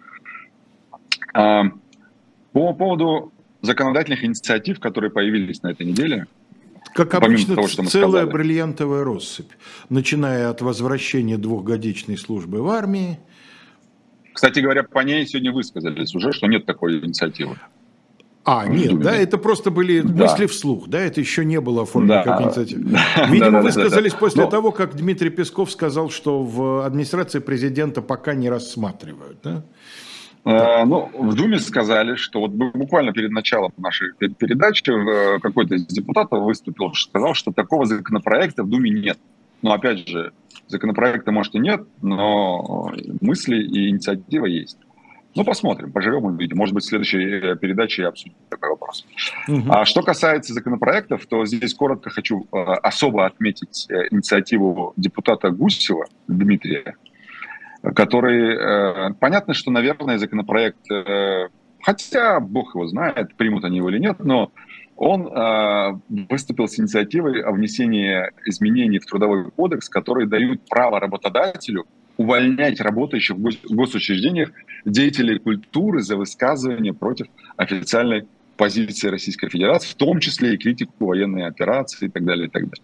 По поводу законодательных инициатив, которые появились на этой неделе, как обычно, того, что целая бриллиантовая россыпь, начиная от возвращения двухгодичной службы в армии. Кстати говоря, по ней сегодня высказались уже, что нет такой инициативы. Нет, да, это просто были мысли вслух, да, это еще не было оформлено как инициатива. Видимо, высказались после того, как Дмитрий Песков сказал, что в администрации президента пока не рассматривают, да? В Думе сказали, что вот буквально перед началом нашей передачи какой-то из депутатов выступил, сказал, что такого законопроекта в Думе нет. Но опять же, законопроекта может и нет, но мысли и инициатива есть. Посмотрим, поживем, увидим. Может быть, в следующей передаче я обсудим такой вопрос. А что касается законопроектов, то здесь коротко хочу особо отметить инициативу депутата Гусева Дмитрия, который, понятно, что, наверное, законопроект, хотя бог его знает, примут они его или нет, но он выступил с инициативой о внесении изменений в Трудовой кодекс, которые дают право работодателю увольнять работающих в госучреждениях деятелей культуры за высказывание против официальной позиции Российской Федерации, в том числе и критику военной операции и так далее, и так далее.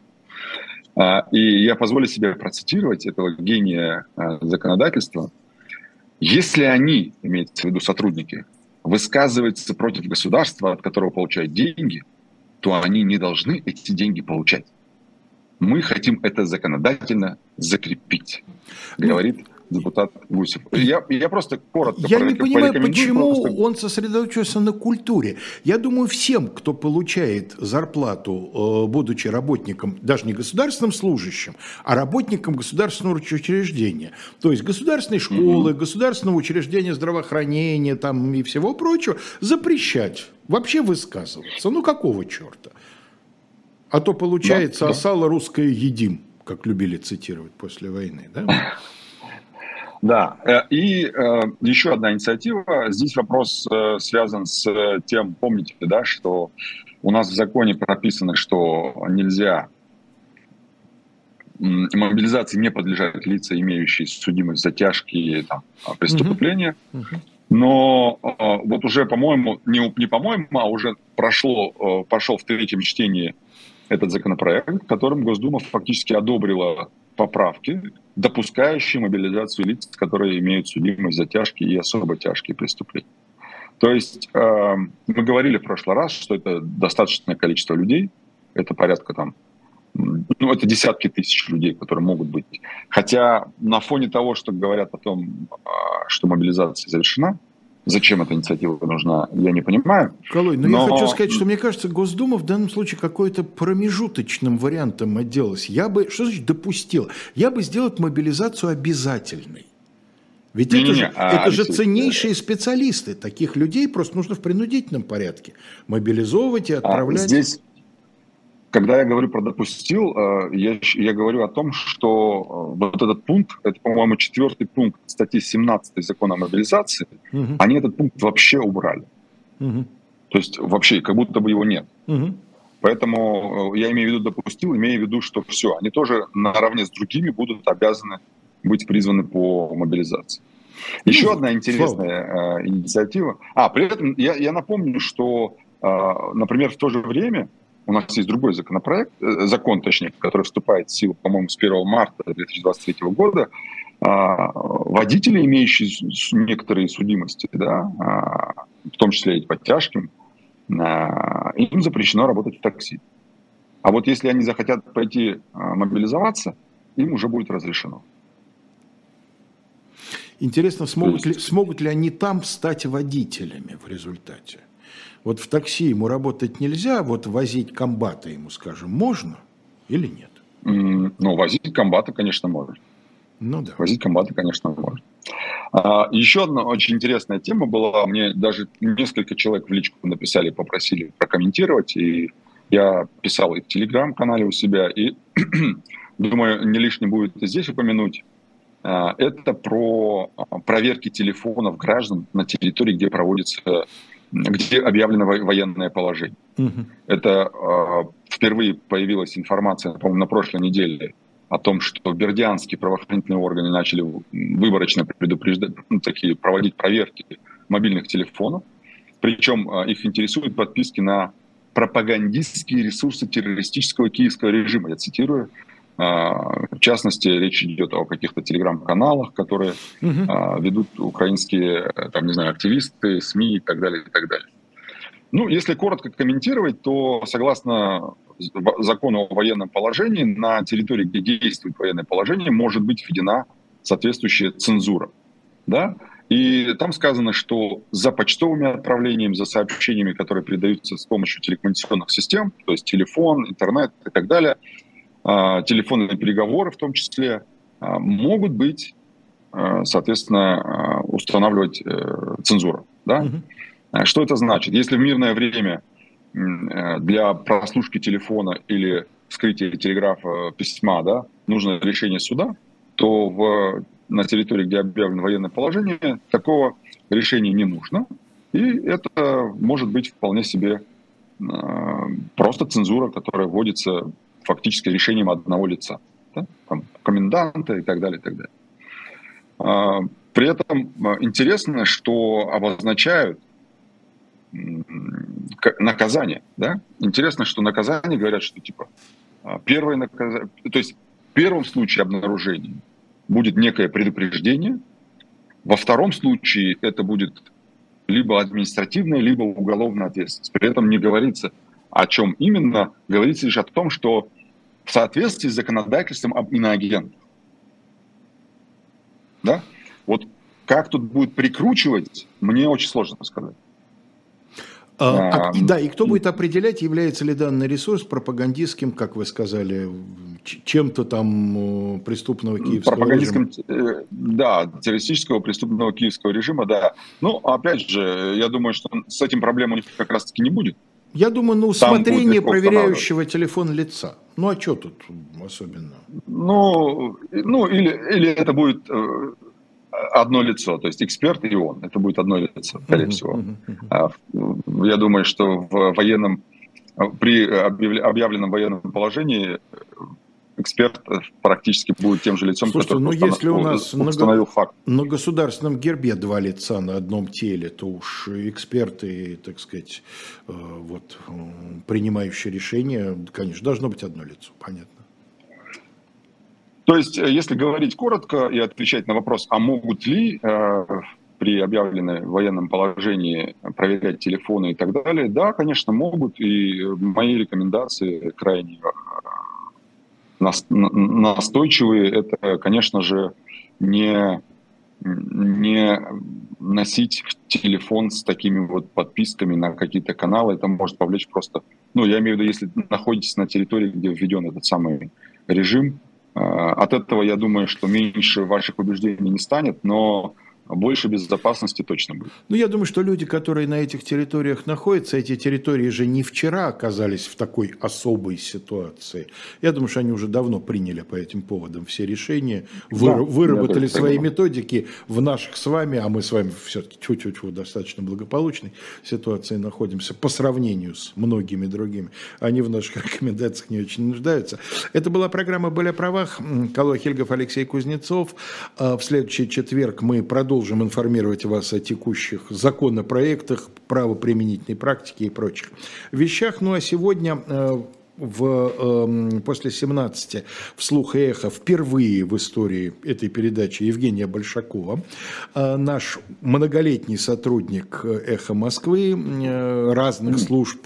И я позволю себе процитировать этого гения законодательства. Если они, имеется в виду сотрудники, высказываются против государства, от которого получают деньги, то они не должны эти деньги получать. Мы хотим это законодательно закрепить, говорит депутат Гусев. Я просто коротко Я не понимаю, почему он сосредоточился на культуре. Я думаю, всем, кто получает зарплату, будучи работником, даже не государственным служащим, а работником государственного учреждения, то есть государственной школы, государственного учреждения здравоохранения там, и всего прочего, запрещать вообще высказываться. Какого черта? А то получается, сало русское едим, как любили цитировать после войны, да? Да, и еще одна инициатива. Здесь вопрос связан с тем, помните, да, что у нас в законе прописано, что нельзя, мобилизации не подлежат лица, имеющие судимость за тяжкие преступления. Но вот уже, по-моему, не по-моему, а уже пошел в третьем чтении этот законопроект, которым Госдума фактически одобрила поправки, допускающие мобилизацию лиц, которые имеют судимость за тяжкие и особо тяжкие преступления. То есть мы говорили в прошлый раз, что это достаточное количество людей, это порядка это десятки тысяч людей, которые могут быть. Хотя на фоне того, что говорят о том, что мобилизация завершена, зачем эта инициатива нужна, я не понимаю. Колой, но я хочу сказать, что мне кажется, Госдума в данном случае какой-то промежуточным вариантом отделалась. Что значит допустил? Я бы сделал мобилизацию обязательной. Ведь это же ценнейшие специалисты. Таких людей просто нужно в принудительном порядке мобилизовывать и отправлять. Здесь, когда я говорю про допустил, я говорю о том, что вот этот пункт, это, по-моему, 4-й пункт статьи 17 Закона о мобилизации, они этот пункт вообще убрали. То есть вообще как будто бы его нет. Поэтому я имею в виду допустил, имею в виду, что все, они тоже наравне с другими будут обязаны быть призваны по мобилизации. Еще одна интересная инициатива. При этом я напомню, что, например, в то же время у нас есть другой закон, который вступает в силу, по-моему, с 1 марта 2023 года. Водители, имеющие некоторые судимости, да, в том числе и по тяжким, им запрещено работать в такси. А вот если они захотят пойти мобилизоваться, им уже будет разрешено. Интересно, смогут ли они там стать водителями в результате? Вот в такси ему работать нельзя, вот возить комбата ему, скажем, можно или нет? Ну, возить комбата, конечно, можно. Ну да. Возить комбата, конечно, можно. Еще одна очень интересная тема была. Мне даже несколько человек в личку написали, попросили прокомментировать. И я писал и в Телеграм-канале у себя. И думаю, не лишним будет здесь упомянуть. Это про проверки телефонов граждан на территории, где объявлено военное положение. Это впервые появилась информация, по-моему, на прошлой неделе о том, что бердянские правоохранительные органы начали выборочно проводить проверки мобильных телефонов. Причем их интересуют подписки на пропагандистские ресурсы террористического киевского режима. Я цитирую. В частности, речь идет о каких-то телеграм-каналах, которые ведут украинские, там, не знаю, активисты, СМИ и так далее, и так далее. Ну, если коротко комментировать, то согласно закону о военном положении, на территории, где действует военное положение, может быть введена соответствующая цензура. Да? И там сказано, что за почтовыми отправлениями, за сообщениями, которые передаются с помощью телекоммуникационных систем, то есть телефон, интернет и так далее, телефонные переговоры в том числе, могут быть, соответственно, устанавливать цензуру. Да? Что это значит? Если в мирное время для прослушки телефона или вскрытия телеграфа письма, да, нужно решение суда, то на территории, где объявлено военное положение, такого решения не нужно. И это может быть вполне себе просто цензура, которая вводится фактически решением одного лица. Да? Там, коменданта и так далее, и так далее. При этом интересно, что обозначают наказание. Да? Интересно, что наказание говорят, что типа первое наказание, то есть в первом случае обнаружения будет некое предупреждение, во втором случае это будет либо административная, либо уголовная ответственность. При этом не говорится, о чем именно, говорится лишь о том, что в соответствии с законодательством об иноагентах. Да? Вот как тут будет прикручивать, мне очень сложно сказать. Да, и кто будет определять, является ли данный ресурс пропагандистским, как вы сказали, чем-то там преступного киевского режима? Да, террористического преступного киевского режима, да. Ну, опять же, я думаю, что с этим проблем у них как раз-таки не будет. Я думаю, усмотрение проверяющего телефон лица. Ну, а что тут особенно? Или это будет одно лицо, то есть эксперт и он. Это будет одно лицо, скорее всего. Я думаю, что при объявленном военном положении эксперт практически будет тем же лицом, который если у нас установил факт. На государственном гербе два лица на одном теле, то уж эксперты, так сказать, принимающие решения, конечно, должно быть одно лицо, понятно. То есть, если говорить коротко и отвечать на вопрос, а могут ли при объявленном военном положении проверять телефоны и так далее, да, конечно, могут. И мои рекомендации крайне настойчивые. Это, конечно же, не носить телефон с такими вот подписками на какие-то каналы. Это может повлечь просто... я имею в виду, если находитесь на территории, где введен этот самый режим, от этого, я думаю, что меньше ваших убеждений не станет, но больше безопасности точно будет. Я думаю, что люди, которые на этих территориях находятся, эти территории же не вчера оказались в такой особой ситуации. Я думаю, что они уже давно приняли по этим поводам все решения, выработали свои методики в наших с вами, а мы с вами все-таки чуть-чуть в достаточно благополучной ситуации находимся по сравнению с многими другими. Они в наших рекомендациях не очень нуждаются. Это была программа «Были о правах». Калой Хильгов, Алексей Кузнецов. В следующий четверг мы продолжим информировать вас о текущих законопроектах, правоприменительной практике и прочих вещах. А сегодня после 17 «Вслух и эхо» впервые в истории этой передачи Евгения Большакова, наш многолетний сотрудник «Эхо Москвы», разных служб,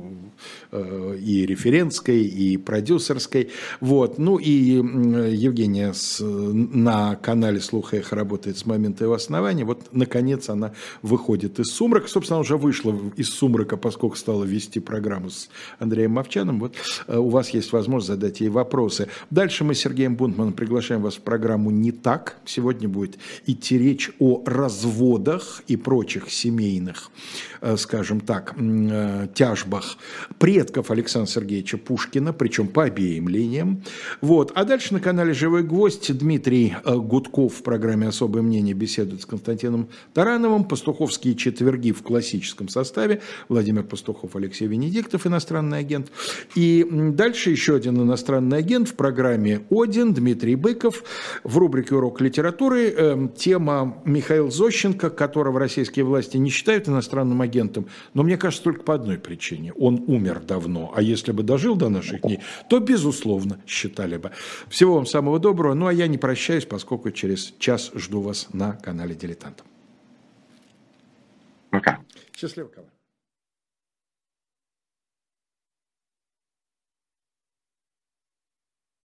и референтской, и продюсерской. Вот. Ну и Евгения на канале «Слух и эхо» работает с момента его основания. Вот, наконец, она выходит из сумрака. Собственно, она уже вышла из сумрака, поскольку стала вести программу с Андреем Мовчаном. Вот у вас есть возможность задать ей вопросы. Дальше мы с Сергеем Бунтманом приглашаем вас в программу «Не так». Сегодня будет идти речь о разводах и прочих семейных, скажем так, тяжбах предков Александра Сергеевича Пушкина, причем по обеим линиям. Вот. А дальше на канале «Живой гвоздь» Дмитрий Гудков в программе «Особое мнение» беседует с Константином Тарановым. Пастуховские четверги в классическом составе. Владимир Пастухов, Алексей Венедиктов, иностранный агент. И дальше еще один иностранный агент в программе «Один», Дмитрий Быков. В рубрике «Урок литературы» тема Михаил Зощенко, которого российские власти не считают иностранным агентом, но мне кажется, только по одной причине. Он умер давно, а если бы дожил до наших дней, то, безусловно, считали бы. Всего вам самого доброго. Ну, а я не прощаюсь, поскольку через час жду вас на канале «Дилетант». Пока. Счастливо, Кавар.